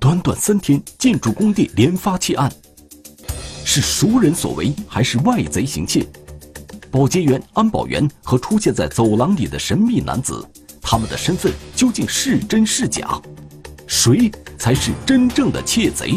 短短3天，建筑工地连发窃案，是熟人所为还是外贼行窃？保洁员、安保员和出现在走廊里的神秘男子，他们的身份究竟是真是假？谁才是真正的窃贼？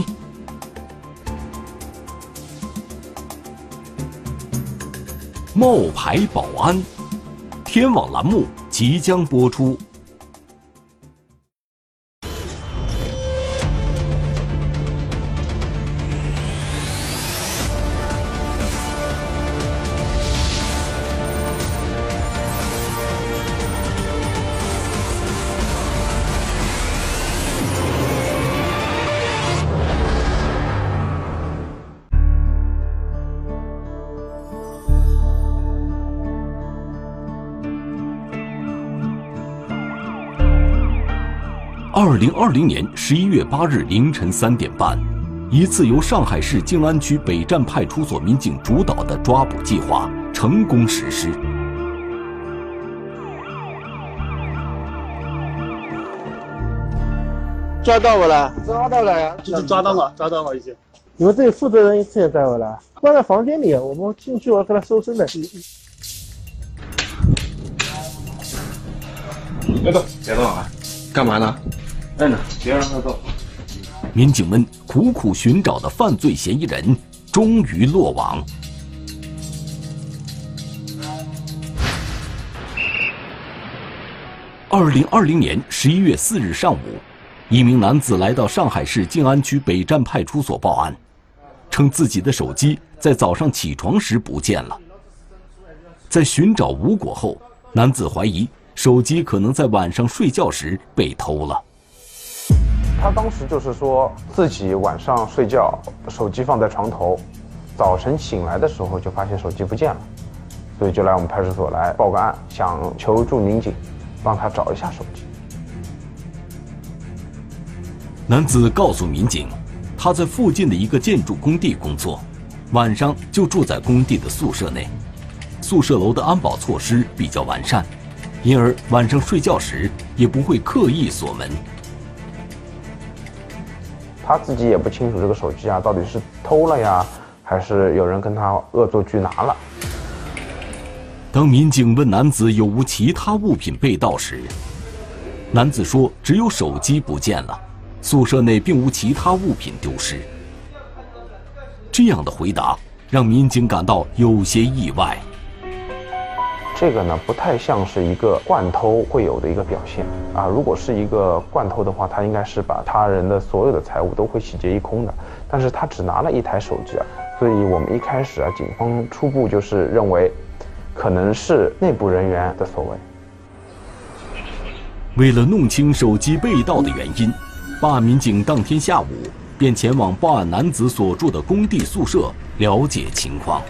冒牌保安，天网栏目即将播出。2020年11月8日凌晨3点半，一次由上海市静安区北站派出所民警主导的抓捕计划成功实施。 抓到我了， 抓到了呀， 就是抓到了已经。 你们这里负责人现在在我了，关在房间里，我们进去我要给他搜身的。 别动，别动啊！干嘛呢？站着，别让他动。 民警们苦苦寻找的犯罪嫌疑人终于落网。2020年11月4日上午，一名男子来到上海市静安区北站派出所报案，称自己的手机在早上起床时不见了。在寻找无果后，男子怀疑手机可能在晚上睡觉时被偷了。 他当时就是说自己晚上睡觉，手机放在床头，早晨醒来的时候就发现手机不见了，所以就来我们派出所来报个案，想求助民警帮他找一下手机。 男子告诉民警，他在附近的一个建筑工地工作，晚上就住在工地的宿舍内，宿舍楼的安保措施比较完善，因而晚上睡觉时也不会刻意锁门。 他自己也不清楚这个手机啊到底是偷了呀，还是有人跟他恶作剧拿了。 当民警问男子有无其他物品被盗时，男子说只有手机不见了，宿舍内并无其他物品丢失。这样的回答让民警感到有些意外。 这个呢，不太像是一个惯偷会有的一个表现啊。如果是一个惯偷的话，他应该是把他人的所有的财物都会洗劫一空的。但是他只拿了一台手机啊，所以我们一开始啊，警方初步就是认为，可能是内部人员的所为。 为了弄清手机被盗的原因，办案民警当天下午便前往报案男子所住的工地宿舍了解情况。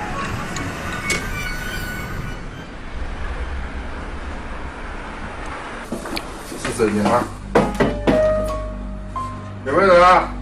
手机吗？有没有人啊？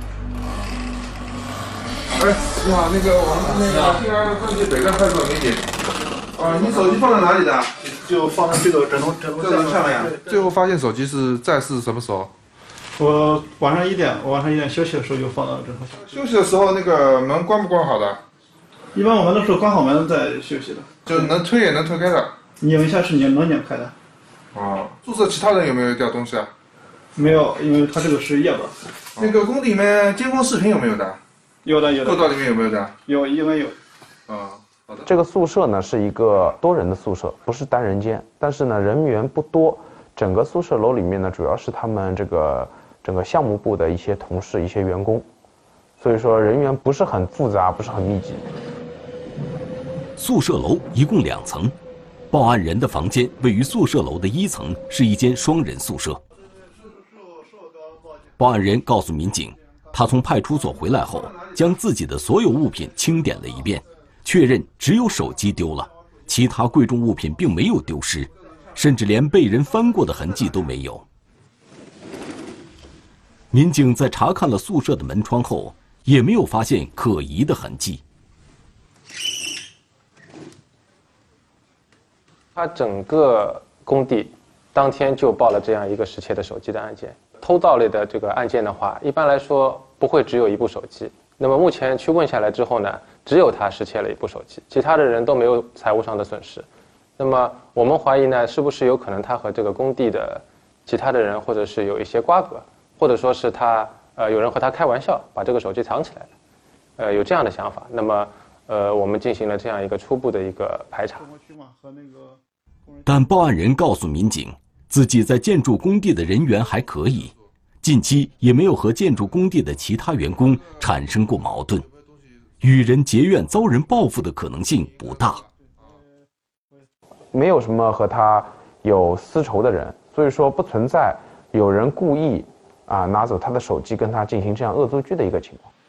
哎，你好，那个我们那个静安分局北站派出所民警。啊，你手机放在哪里的？ 就放在这个枕头下面呀。最后发现手机是什么时候？ 我晚上1点休息的时候就放到枕头下。 休息的时候那个门关不关好的？ 一般我们都是关好门再休息的。 就能推也能推开的。 拧一下是能拧开的。 哦，宿舍其他人有没有掉东西啊？ 没有，因为他这个是夜班。 那个工地里面监控视频有没有的？ 有的。 构造里面有没有的？ 有，应该有。 好的。 这个宿舍呢是一个多人的宿舍，不是单人间，但是呢人员不多。整个宿舍楼里面呢，主要是他们这个整个项目部的一些同事、一些员工，所以说人员不是很复杂，不是很密集。 宿舍楼一共2层。报案人的房间位于宿舍楼的1层，是一间双人宿舍。报案人告诉民警，他从派出所回来后，将自己的所有物品清点了一遍，确认只有手机丢了，其他贵重物品并没有丢失，甚至连被人翻过的痕迹都没有。民警在查看了宿舍的门窗后，也没有发现可疑的痕迹。 他整个工地当天就报了这样一个失窃的手机的案件。 偷盗类的这个案件的话，一般来说不会只有一部手机。那么目前去问下来之后呢，只有他失窃了一部手机，其他的人都没有财务上的损失。那么我们怀疑呢，是不是有可能他和这个工地的其他的人，或者是有一些瓜葛，或者说是他有人和他开玩笑，把这个手机藏起来了，有这样的想法。那么我们进行了这样一个初步的一个排查。 但报案人告诉民警，自己在建筑工地的人缘还可以，近期也没有和建筑工地的其他员工产生过矛盾，与人结怨遭人报复的可能性不大。 没有什么和他有私仇的人，所以说不存在有人故意拿走他的手机跟他进行这样恶作剧的一个情况。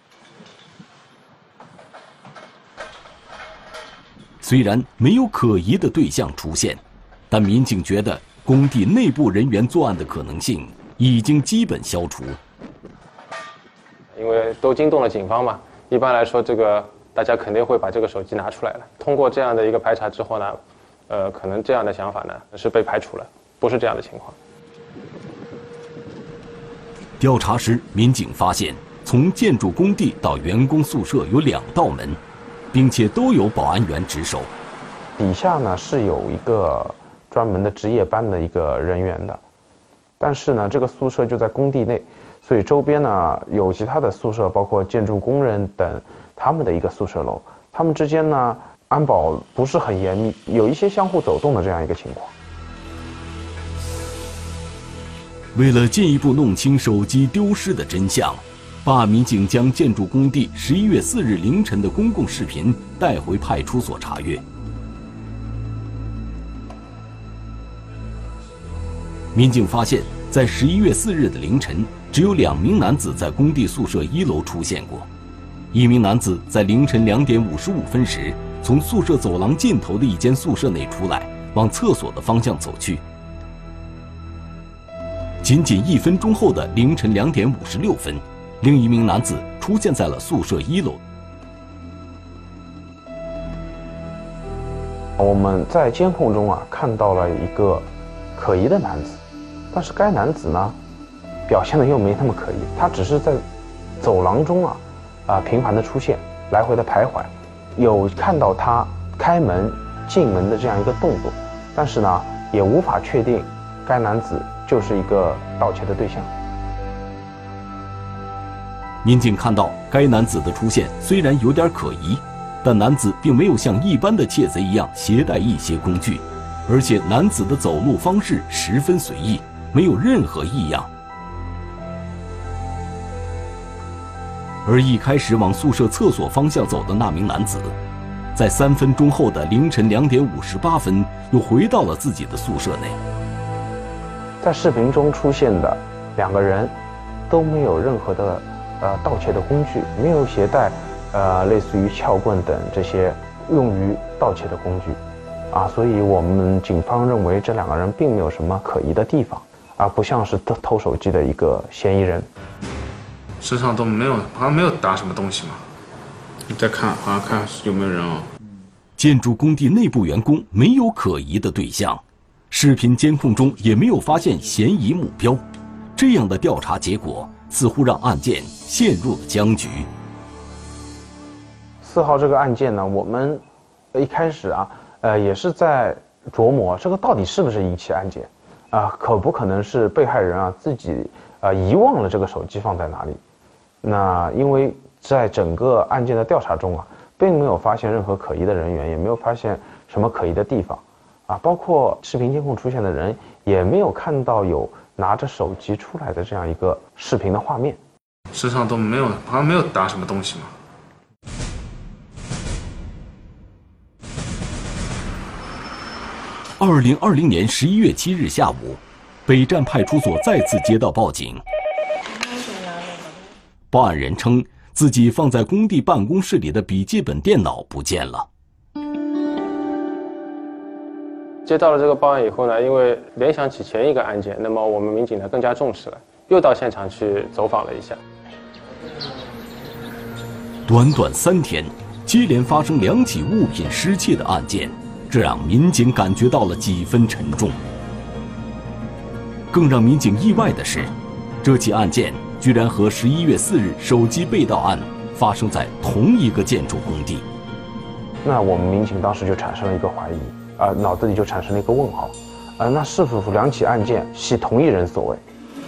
虽然没有可疑的对象出现，但民警觉得工地内部人员作案的可能性已经基本消除。 因为都惊动了警方嘛，一般来说这个大家肯定会把这个手机拿出来了。通过这样的一个排查之后呢，可能这样的想法呢是被排除了，不是这样的情况。 调查时，民警发现从建筑工地到员工宿舍有2道门，并且都有保安员值守。 底下呢是有一个专门的值夜班的一个人员的，但是呢这个宿舍就在工地内，所以周边呢有其他的宿舍，包括建筑工人等他们的一个宿舍楼，他们之间呢安保不是很严密，有一些相互走动的这样一个情况。 为了进一步弄清手机丢失的真相，办案民警将建筑工地11月4日凌晨的公共视频带回派出所查阅。民警发现，在11月4日的凌晨，只有2名男子在工地宿舍1楼出现过。一名男子在凌晨2点55分时，从宿舍走廊尽头的一间宿舍内出来，往厕所的方向走去。仅1分钟后的凌晨2点56分，另一名男子出现在了宿舍1楼。 我们在监控中看到了一个可疑的男子，但是该男子呢表现的又没那么可疑，他只是在走廊中频繁的出现，来回的徘徊，有看到他开门进门的这样一个动作，但是呢也无法确定该男子就是一个盗窃的对象。 民警看到该男子的出现虽然有点可疑，但男子并没有像一般的窃贼一样携带一些工具，而且男子的走路方式十分随意，没有任何异样。而一开始往宿舍厕所方向走的那名男子，在3分钟后的凌晨2点58分又回到了自己的宿舍内。 在视频中出现的2个人都没有任何的盗窃的工具，没有携带类似于撬棍等这些用于盗窃的工具所以我们警方认为这2个人并没有什么可疑的地方不像是偷手机的一个嫌疑人。 身上都没有，好像没有打什么东西嘛。你再看，好像看有没有人建筑工地内部员工没有可疑的对象，视频监控中也没有发现嫌疑目标，这样的调查结果似乎让案件陷入了僵局。 4号这个案件呢，我们一开始也是在琢磨这个到底是不是一起案件可不可能是被害人自己遗忘了这个手机放在哪里。那因为在整个案件的调查中并没有发现任何可疑的人员，也没有发现什么可疑的地方包括视频监控出现的人也没有看到有拿着手机出来的这样一个视频的画面。 身上都没有，好像没有打什么东西嘛。 2020年11月7日下午，北站派出所再次接到报警。报案人称，自己放在工地办公室里的笔记本电脑不见了。 接到了这个报案以后呢，因为联想起前一个案件，那么我们民警呢更加重视了，又到现场去走访了一下。 短短3天，接连发生2起物品失窃的案件，这让民警感觉到了几分沉重。更让民警意外的是，这这起案件居然和11月4日手机被盗案发生在同一个建筑工地。 那我们民警当时就产生了一个怀疑，脑子里就产生了一个问号，那是否2起案件系同一人所为？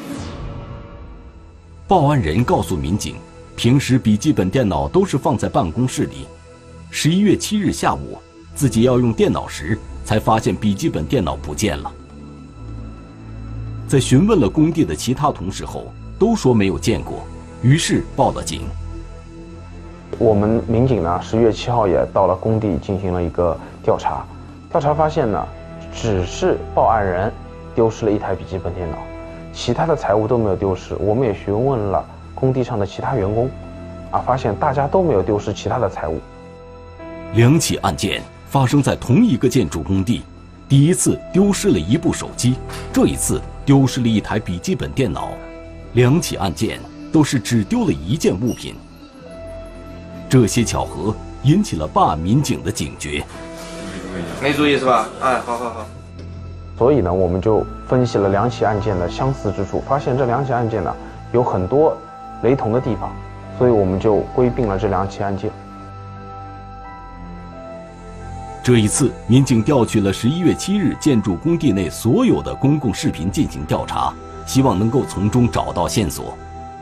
报案人告诉民警，平时笔记本电脑都是放在办公室里。11月7日下午，自己要用电脑时，才发现笔记本电脑不见了。在询问了工地的其他同事后，都说没有见过，于是报了警。 我们民警呢，11月7号也到了工地进行了一个调查，调查发现呢，只是报案人丢失了1台笔记本电脑，其他的财物都没有丢失。我们也询问了工地上的其他员工，发现大家都没有丢失其他的财物。 2起案件发生在同一个建筑工地，第一次丢失了1部手机，这一次丢失了1台笔记本电脑。2起案件都是只丢了1件物品。这些巧合引起了办案民警的警觉。 没注意是吧？好。 所以呢，我们就分析了2起案件的相似之处，发现这2起案件呢有很多雷同的地方，所以我们就归并了这2起案件。 这一次，民警调取了11月7日建筑工地内所有的公共视频进行调查，希望能够从中找到线索。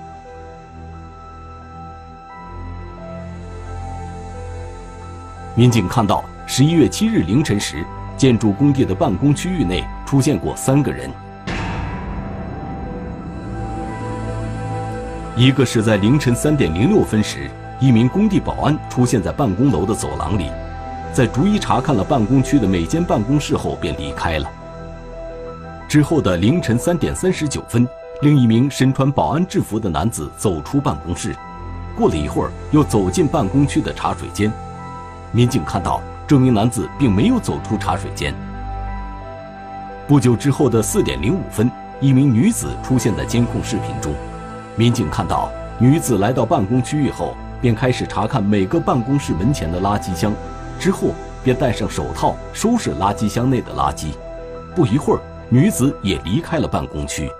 民警看到11月7日凌晨时，建筑工地的办公区域内出现过3个人。一个是在凌晨3点06分时，一名工地保安出现在办公楼的走廊里，在逐一查看了办公区的每间办公室后便离开了。之后的凌晨3点39分，另一名身穿保安制服的男子走出办公室，过了一会儿又走进办公区的茶水间。民警看到这名男子并没有走出茶水间。不久之后的4点05分，一名女子出现在监控视频中。民警看到女子来到办公区域后，便开始查看每个办公室门前的垃圾箱，之后便戴上手套收拾垃圾箱内的垃圾。不一会儿，女子也离开了办公区。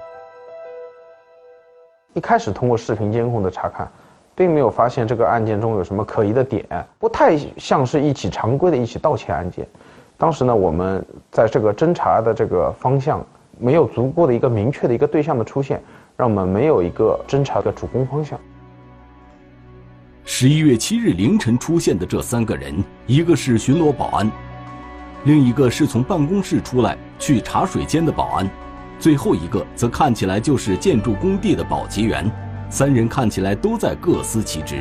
一开始通过视频监控的查看，并没有发现这个案件中有什么可疑的点，不太像是一起常规的一起盗窃案件。当时呢，我们在这个侦查的这个方向没有足够的一个明确的一个对象的出现，让我们没有一个侦查的主攻方向。 11月7日凌晨出现的这3个人，一个是巡逻保安，另一个是从办公室出来去茶水间的保安，最后一个则看起来就是建筑工地的保洁员。3人看起来都在各司其职。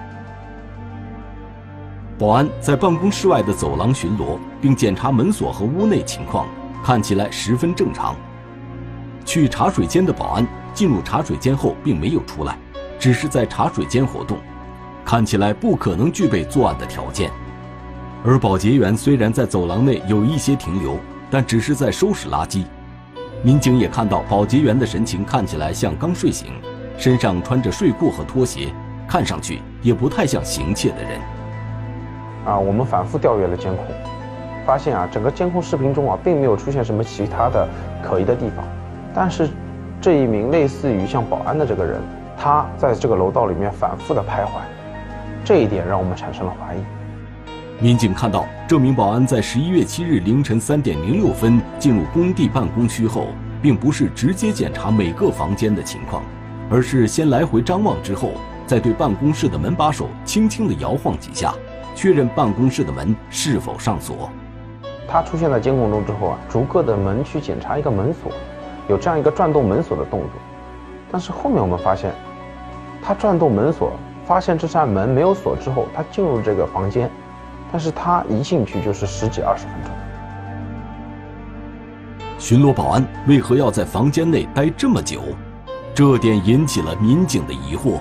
保安在办公室外的走廊巡逻，并检查门锁和屋内情况，看起来十分正常。去茶水间的保安进入茶水间后并没有出来，只是在茶水间活动，看起来不可能具备作案的条件。而保洁员虽然在走廊内有一些停留，但只是在收拾垃圾。民警也看到保洁员的神情看起来像刚睡醒，身上穿着睡裤和拖鞋，看上去也不太像行窃的人。 我们反复调阅了监控，发现整个监控视频中并没有出现什么其他的可疑的地方。但是这一名类似于像保安的这个人，他在这个楼道里面反复的徘徊，这一点让我们产生了怀疑。 民警看到这名保安在11月7日凌晨3点06分进入工地办公区后，并不是直接检查每个房间的情况，而是先来回张望之后，再对办公室的门把手轻轻地摇晃几下，确认办公室的门是否上锁。 他出现在监控中之后逐个的门去检查一个门锁，有这样一个转动门锁的动作。但是后面我们发现，他转动门锁，发现这扇门没有锁之后，他进入这个房间，但是他一进去就是10几20分钟。 巡逻保安为何要在房间内待这么久？这点引起了民警的疑惑。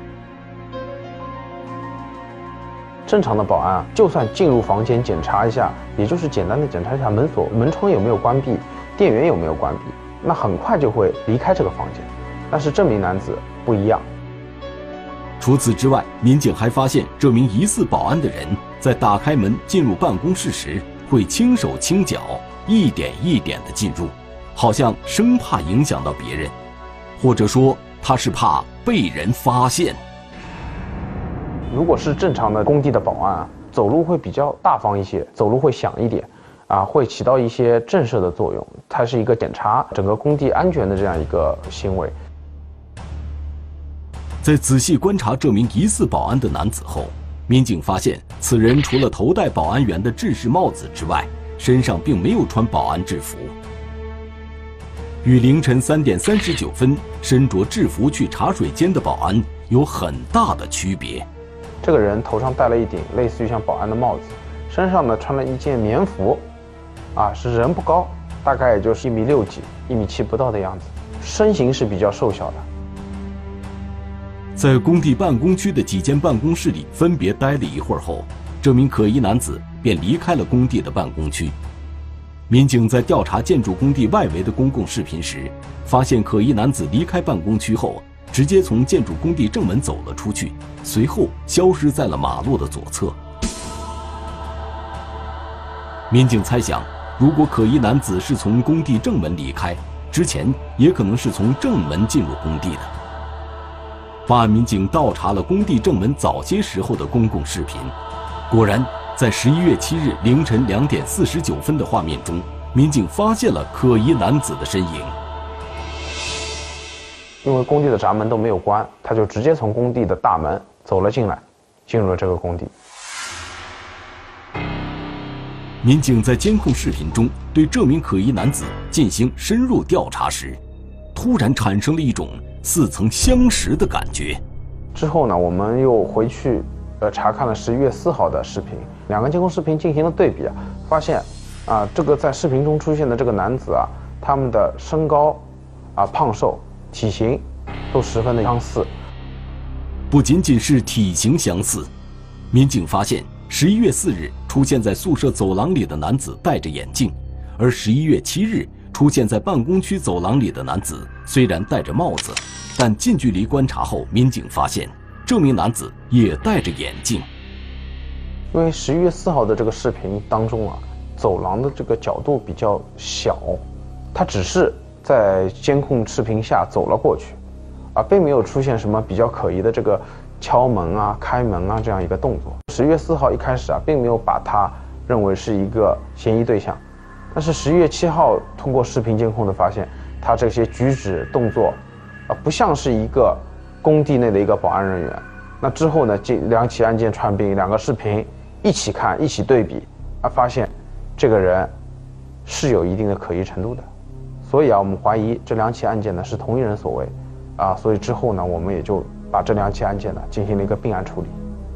正常的保安就算进入房间检查一下，也就是简单的检查一下门锁、门窗有没有关闭、电源有没有关闭，那很快就会离开这个房间。但是这名男子不一样。 除此之外，民警还发现这名疑似保安的人在打开门进入办公室时，会轻手轻脚，一点一点地进入，好像生怕影响到别人。 或者说他是怕被人发现。 如果是正常的工地的保安啊，走路会比较大方一些，走路会响一点，会起到一些震慑的作用。它是一个检查整个工地安全的这样一个行为。 在仔细观察这名疑似保安的男子后，民警发现此人除了头戴保安员的制式帽子之外，身上并没有穿保安制服。与凌晨3点39分身着制服去茶水间的保安有很大的区别。 这个人头上戴了一顶类似于像保安的帽子，身上呢穿了一件棉服，是人不高，大概也就是1.6米几、1.7米不到的样子，身形是比较瘦小的。 在工地办公区的几间办公室里分别待了一会儿后，这名可疑男子便离开了工地的办公区。民警在调查建筑工地外围的公共视频时，发现可疑男子离开办公区后，直接从建筑工地正门走了出去，随后消失在了马路的左侧。民警猜想，如果可疑男子是从工地正门离开，之前也可能是从正门进入工地的。办案民警调查了工地正门早些时候的公共视频，果然在11月7日凌晨2点49分的画面中，民警发现了可疑男子的身影。 因为工地的闸门都没有关，他就直接从工地的大门走了进来，进入了这个工地。 民警在监控视频中对这名可疑男子进行深入调查时，突然产生了一种似曾相识的感觉。 之后呢，我们又回去查看了11月4号的视频，两个监控视频进行了对比发现这个在视频中出现的这个男子他们的身高胖瘦、体型都十分的相似。 不仅仅是体型相似，民警发现11月4日出现在宿舍走廊里的男子戴着眼镜，而11月7日出现在办公区走廊里的男子虽然戴着帽子，但近距离观察后，民警发现这名男子也戴着眼镜。 因为11月4号的这个视频当中走廊的这个角度比较小，他只是在监控视频下走了过去，并没有出现什么比较可疑的这个敲门开门这样一个动作。11月4号一开始并没有把他认为是一个嫌疑对象，但是11月7号通过视频监控的发现，他这些举止动作不像是一个工地内的一个保安人员。那之后呢，这两起案件串并，两个视频一起看一起对比发现这个人是有一定的可疑程度的。所以我们怀疑这两起案件呢是同一人所为所以之后呢，我们也就把这两起案件呢进行了一个并案处理。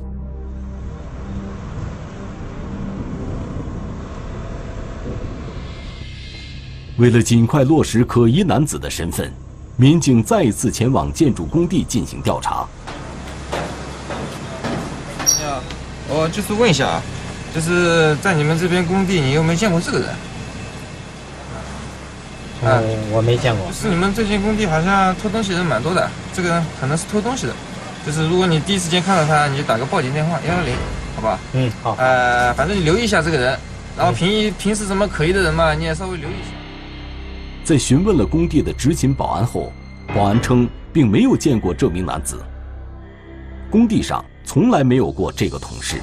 为了尽快落实可疑男子的身份，民警再一次前往建筑工地进行调查。 你好，我就是问一下就是在你们这边工地，你有没有见过这个人？ 我没见过。 就是你们这间工地好像偷东西人蛮多的，这个人可能是偷东西的。就是如果你第一时间看到他，你就打个报警电话110，好吧？ 好。 反正你留意一下这个人，然后平时什么可疑的人嘛，你也稍微留意一下。 在询问了工地的执勤保安后，保安称并没有见过这名男子，工地上从来没有过这个同事。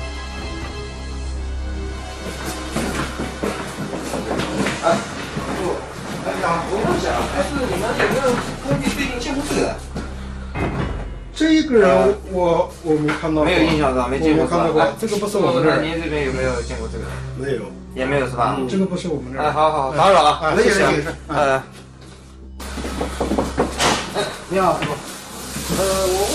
我问一下就是你们有没有工地最近见过这个人？ 这个人我没看到过， 没有印象是吧？没见过是吧？ 看到过，这个不是我们这儿。 您这边有没有见过这个人？ 没有， 也没有是吧？ 这个不是我们这儿。 好，打扰啊。 没事。 你好，师傅。我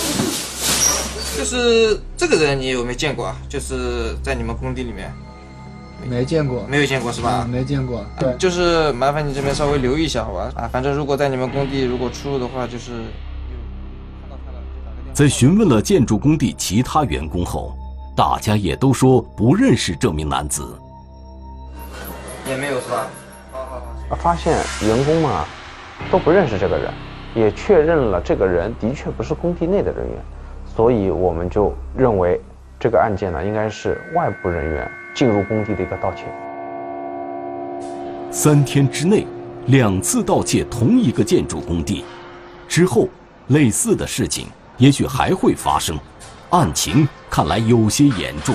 就是这个人，你有没有见过就是在你们工地里面。 没见过， 没有见过是吧？ 没见过，对， 就是麻烦你这边稍微留意一下，好吧？反正如果在你们工地如果出入的话，就是看到他了就打个电话。 在询问了建筑工地其他员工后，大家也都说不认识这名男子。 也没有是吧？好。 发现员工们都不认识这个人，也确认了这个人的确不是工地内的人员，所以我们就认为这个案件呢应该是外部人员进入工地的一个盗窃。 3天之内2次盗窃同一个建筑工地， 之后，类似的事情也许还会发生，案情看来有些严重。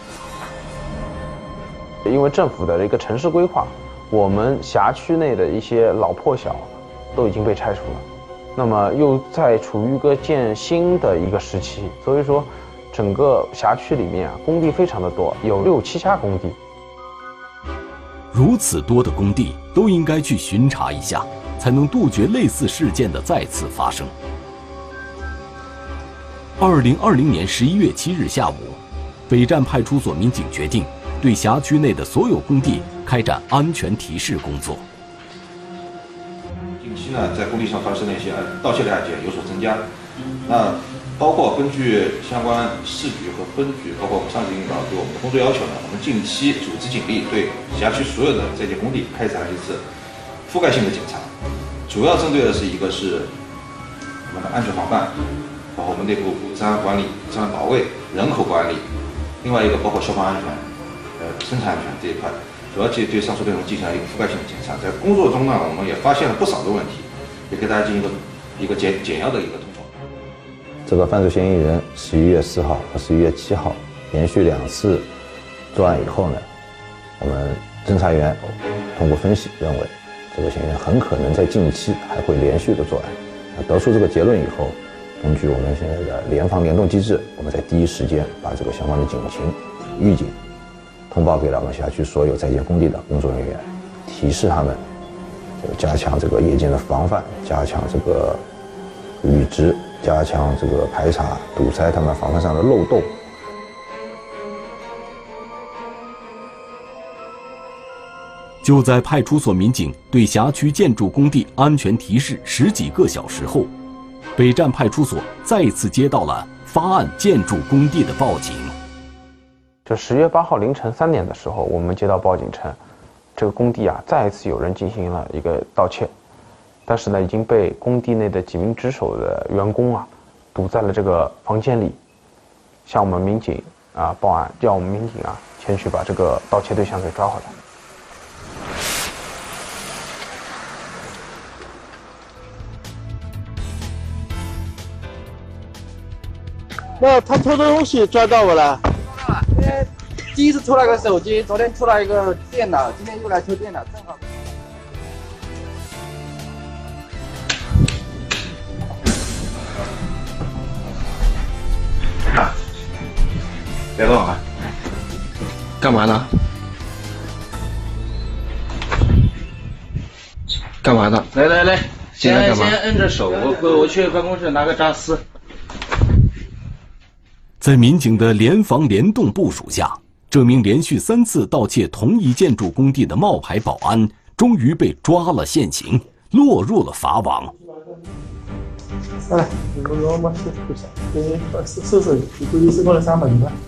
因为政府的一个城市规划，我们辖区内的一些老破小都已经被拆除了，那么又在处于一个建新的一个时期，所以说整个辖区里面工地非常的多，有6、7家工地。 如此多的工地都应该去巡查一下，才能杜绝类似事件的再次发生。2020年11月7日下午，北站派出所民警决定对辖区内的所有工地开展安全提示工作。 近期呢，在工地上发生的一些盗窃的案件有所增加，那包括根据相关市局和分局，包括我们上级领导对我们的工作要求呢，我们近期组织警力对辖区所有的在建工地开展了一次覆盖性的检查，主要针对的是一个是我们的安全防范，包括我们内部治安管理、治安保卫、人口管理，另外一个包括消防安全、生产安全这一块，主要对上述内容进行了一个覆盖性的检查。在工作中呢，我们也发现了不少的问题，也给大家进行一个简要的一个通报。 这个犯罪嫌疑人11月4号和11月7号连续2次作案以后呢，我们侦查员通过分析认为，这个嫌疑人很可能在近期还会连续的作案。得出这个结论以后，根据我们现在的联防联动机制，我们在第一时间把这个相关的警情、预警通报给了我们辖区所有在建工地的工作人员，提示他们加强这个夜间的防范，加强这个履职，加强这个排查堵塞他们防范上的漏洞。 就在派出所民警对辖区建筑工地安全提示10几个小时后，北站派出所再次接到了发案建筑工地的报警。 这10月8号凌晨3点的时候，我们接到报警称，这个工地再一次有人进行了一个盗窃，但是呢，已经被工地内的几名值守的员工堵在了这个房间里，向我们民警报案，叫我们民警前去把这个盗窃对象给抓回来。 那他偷的东西抓到我了？ 抓到了，因为第一次偷了个手机，昨天偷了一个电脑，今天又来偷电脑，正好。 别动啊！干嘛呢？干嘛呢？ 来， 先摁着手，我去办公室拿个扎丝。 在民警的联防联动部署下，这名连续3次盗窃同一建筑工地的冒牌保安终于被抓了现行，落入了法网。 来，我们收拾，估计是过了3门吧。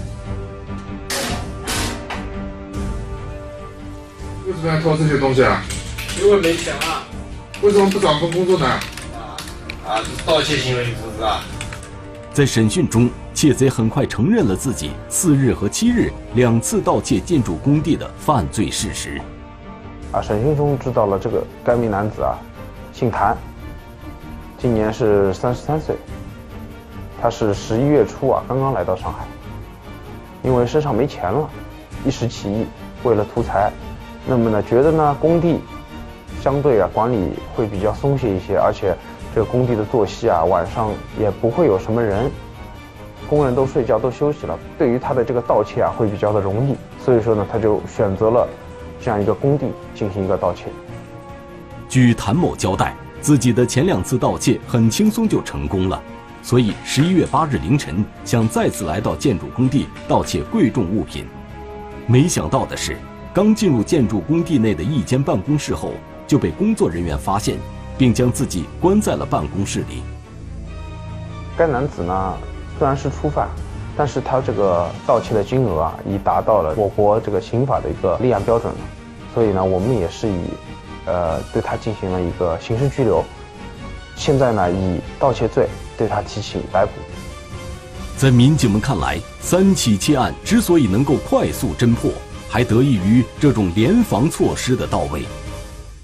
为什么要偷这些东西啊？ 因为没钱啊。 为什么不找份工作呢？ 这是盗窃行为，你知不知道？ 在审讯中，窃贼很快承认了自己4日和7日2次盗窃建筑工地的犯罪事实。 审讯中知道了该名男子姓谭，今年是33岁，他是11月初刚刚来到上海，因为身上没钱了，一时起意，为了图财，那么呢觉得呢工地相对管理会比较松懈一些，而且这个工地的作息晚上也不会有什么人，工人都睡觉都休息了，对于他的这个盗窃会比较的容易，所以说呢他就选择了这样一个工地进行一个盗窃。 据谭某交代，自己的前2次盗窃很轻松就成功了，所以11月8日凌晨想再次来到建筑工地盗窃贵重物品。没想到的是，刚进入建筑工地内的一间办公室后，就被工作人员发现，并将自己关在了办公室里。 该男子呢虽然是初犯，但是他这个盗窃的金额已达到了我国这个刑法的一个立案标准了，所以呢我们也是以对他进行了一个刑事拘留，现在呢以盗窃罪对他提起逮捕。 在民警们看来，3起窃案之所以能够快速侦破，还得益于这种联防措施的到位。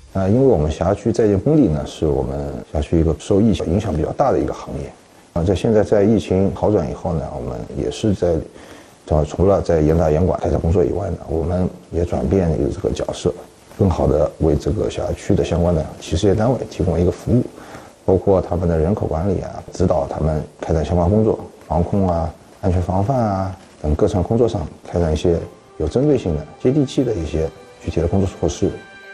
因为我们辖区在建工地呢，是我们辖区一个受疫情影响比较大的一个行业。现在在疫情好转以后呢，我们也是除了在严打严管开展工作以外呢，我们也转变一个这个角色，更好的为这个辖区的相关的企事业单位提供一个服务，包括他们的人口管理啊，指导他们开展相关工作，防控啊、安全防范啊等各项工作上开展一些有针对性的、接地气的一些具体的工作措施。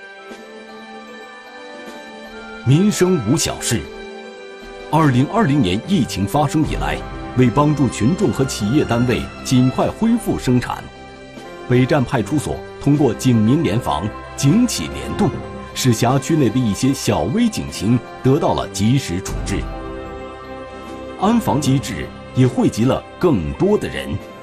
民生无小事。2020年疫情发生以来，为帮助群众和企业单位尽快恢复生产，北站派出所通过警民联防、警企联动，使辖区内的一些小微警情得到了及时处置。安防机制也惠及了更多的人。